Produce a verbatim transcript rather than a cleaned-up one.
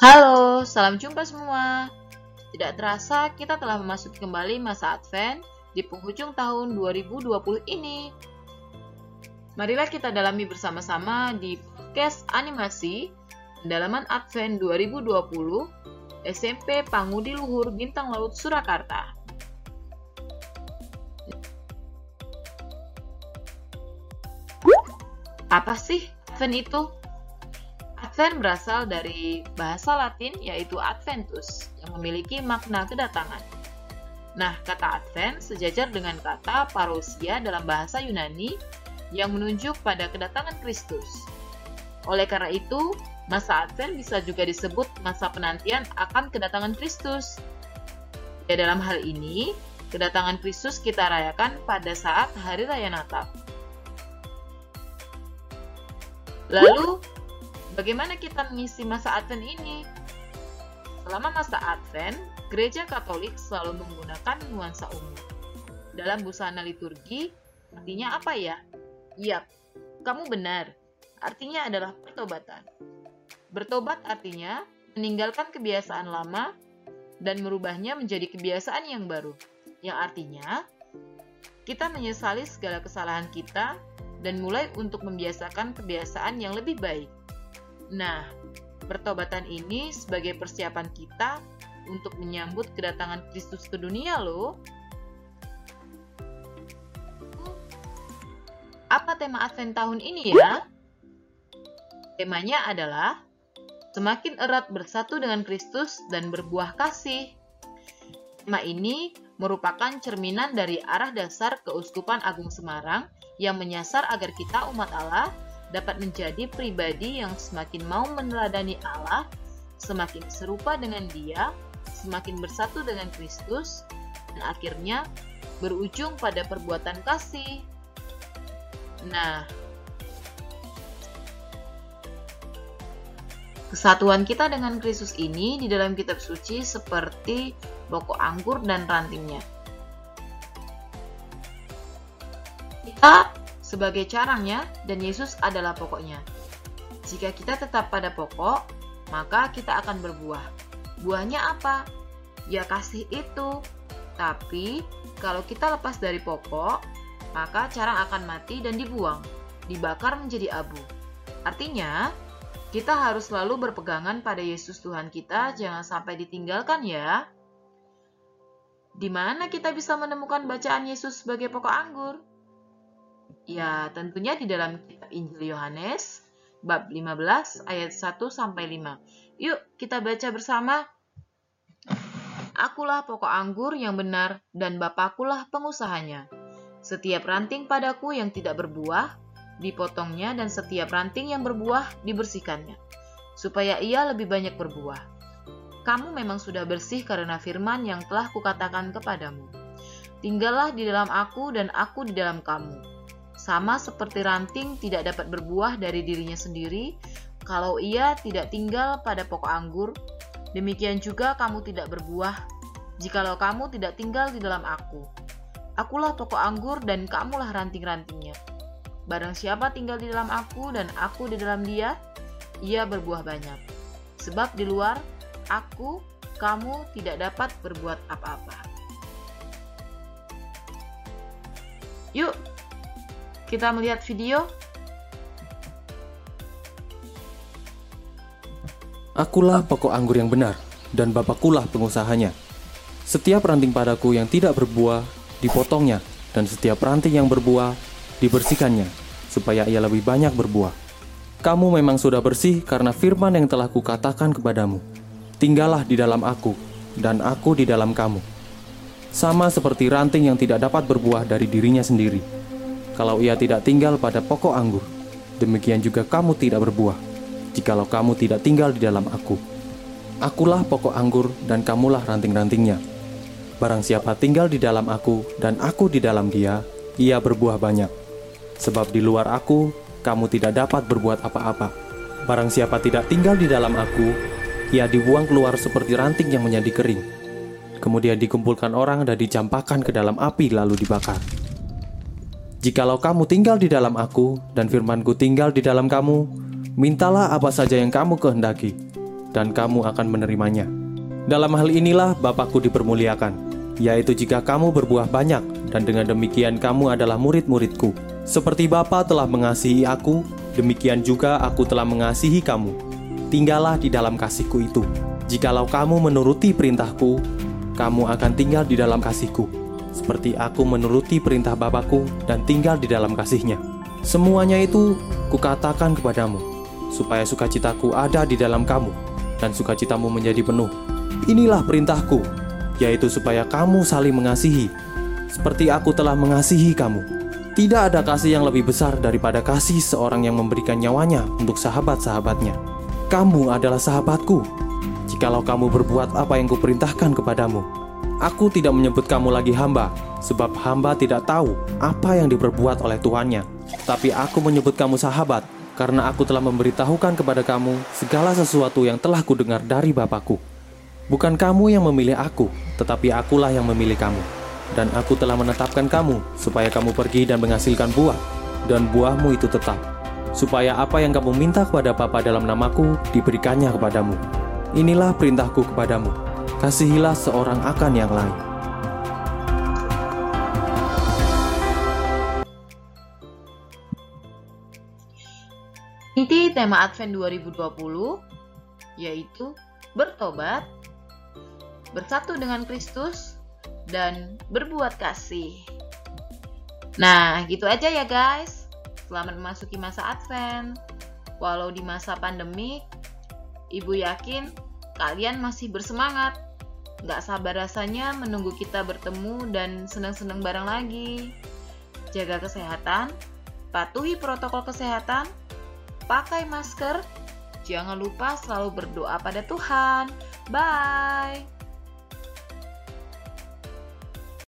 Halo, salam jumpa semua. Tidak terasa kita telah memasuki kembali masa Advent di penghujung tahun dua ribu dua puluh ini. Marilah kita dalami bersama-sama di podcast animasi Pendalaman Advent dua ribu dua puluh S M P Pangudi Luhur Bintang Laut Surakarta. Apa sih Advent itu? Advent berasal dari bahasa Latin yaitu Adventus yang memiliki makna kedatangan. Nah, kata Advent sejajar dengan kata parousia dalam bahasa Yunani yang menunjuk pada kedatangan Kristus. Oleh karena itu, masa Advent bisa juga disebut masa penantian akan kedatangan Kristus. Ya, dalam hal ini, kedatangan Kristus kita rayakan pada saat Hari Raya Natal. Lalu, bagaimana kita mengisi masa Advent ini? Selama masa Advent, Gereja Katolik selalu menggunakan nuansa ungu. Dalam busana liturgi, artinya apa ya? Yap, kamu benar. Artinya adalah pertobatan. Bertobat artinya meninggalkan kebiasaan lama dan merubahnya menjadi kebiasaan yang baru. Yang artinya, kita menyesali segala kesalahan kita dan mulai untuk membiasakan kebiasaan yang lebih baik. Nah, pertobatan ini sebagai persiapan kita untuk menyambut kedatangan Kristus ke dunia loh. Apa tema Advent tahun ini ya? Temanya adalah semakin erat bersatu dengan Kristus dan berbuah kasih. Tema ini merupakan cerminan dari arah dasar Keuskupan Agung Semarang yang menyasar agar kita umat Allah dapat menjadi pribadi yang semakin mau meneladani Allah, semakin serupa dengan Dia, semakin bersatu dengan Kristus, dan akhirnya berujung pada perbuatan kasih. Nah, kesatuan kita dengan Kristus ini di dalam kitab suci seperti pokok anggur dan rantingnya. Kita sebagai carangnya dan Yesus adalah pokoknya. Jika kita tetap pada pokok, maka kita akan berbuah. Buahnya apa? Ya kasih itu. Tapi kalau kita lepas dari pokok, maka carang akan mati dan dibuang, dibakar menjadi abu. Artinya, kita harus selalu berpegangan pada Yesus Tuhan kita, jangan sampai ditinggalkan ya. Di mana kita bisa menemukan bacaan Yesus sebagai pokok anggur? Ya, tentunya di dalam kitab Injil Yohanes, bab lima belas ayat satu sampai lima. Yuk, kita baca bersama. Akulah pokok anggur yang benar, dan Bapakulah pengusahanya. Setiap ranting padaku yang tidak berbuah, dipotongnya, dan setiap ranting yang berbuah, dibersihkannya, supaya ia lebih banyak berbuah. Kamu memang sudah bersih karena firman yang telah kukatakan kepadamu. Tinggallah di dalam aku, dan aku di dalam kamu. Sama seperti ranting tidak dapat berbuah dari dirinya sendiri, kalau ia tidak tinggal pada pokok anggur, demikian juga kamu tidak berbuah, jikalau kamu tidak tinggal di dalam aku. Akulah pokok anggur dan kamulah ranting-rantingnya. Barang siapa tinggal di dalam aku dan aku di dalam dia, ia berbuah banyak. Sebab di luar aku, kamu tidak dapat berbuat apa-apa. Yuk, kita melihat video. Akulah pokok anggur yang benar, dan Bapakulah pengusahanya. Setiap ranting padaku yang tidak berbuah, dipotongnya, dan setiap ranting yang berbuah, dibersihkannya, supaya ia lebih banyak berbuah. Kamu memang sudah bersih karena firman yang telah kukatakan kepadamu. Tinggallah di dalam aku, dan aku di dalam kamu. Sama seperti ranting yang tidak dapat berbuah dari dirinya sendiri. Kalau ia tidak tinggal pada pokok anggur, demikian juga kamu tidak berbuah, jikalau kamu tidak tinggal di dalam aku. Akulah pokok anggur dan kamulah ranting-rantingnya. Barang siapa tinggal di dalam aku dan aku di dalam dia, ia berbuah banyak. Sebab di luar aku, kamu tidak dapat berbuat apa-apa. Barang siapa tidak tinggal di dalam aku, ia dibuang keluar seperti ranting yang menjadi kering. Kemudian dikumpulkan orang dan dicampakkan ke dalam api lalu dibakar. Jikalau kamu tinggal di dalam aku, dan firmanku tinggal di dalam kamu, mintalah apa saja yang kamu kehendaki, dan kamu akan menerimanya. Dalam hal inilah Bapakku dipermuliakan, yaitu jika kamu berbuah banyak, dan dengan demikian kamu adalah murid-muridku. Seperti Bapa telah mengasihi aku, demikian juga aku telah mengasihi kamu. Tinggallah di dalam kasihku itu. Jikalau kamu menuruti perintahku, kamu akan tinggal di dalam kasihku, seperti aku menuruti perintah Bapakku dan tinggal di dalam kasihnya. Semuanya itu kukatakan kepadamu, supaya sukacitaku ada di dalam kamu, dan sukacitamu menjadi penuh. Inilah perintahku, yaitu supaya kamu saling mengasihi, seperti aku telah mengasihi kamu. Tidak ada kasih yang lebih besar daripada kasih seorang yang memberikan nyawanya untuk sahabat-sahabatnya. Kamu adalah sahabatku, jikalau kamu berbuat apa yang kuperintahkan kepadamu. Aku tidak menyebut kamu lagi hamba, sebab hamba tidak tahu apa yang diperbuat oleh tuannya. Tapi aku menyebut kamu sahabat, karena aku telah memberitahukan kepada kamu segala sesuatu yang telah kudengar dari Bapakku. Bukan kamu yang memilih aku, tetapi akulah yang memilih kamu. Dan aku telah menetapkan kamu, supaya kamu pergi dan menghasilkan buah, dan buahmu itu tetap, supaya apa yang kamu minta kepada Bapa dalam namaku, diberikannya kepadamu. Inilah perintahku kepadamu, kasihilah seorang akan yang lain. Inti tema Advent dua ribu dua puluh yaitu bertobat, bersatu dengan Kristus, dan berbuat kasih. Nah, gitu aja ya guys. Selamat memasuki masa Advent. Walau di masa pandemik, Ibu yakin kalian masih bersemangat. Gak sabar rasanya menunggu kita bertemu dan senang-senang bareng lagi. Jaga kesehatan, patuhi protokol kesehatan, pakai masker, jangan lupa selalu berdoa pada Tuhan. Bye!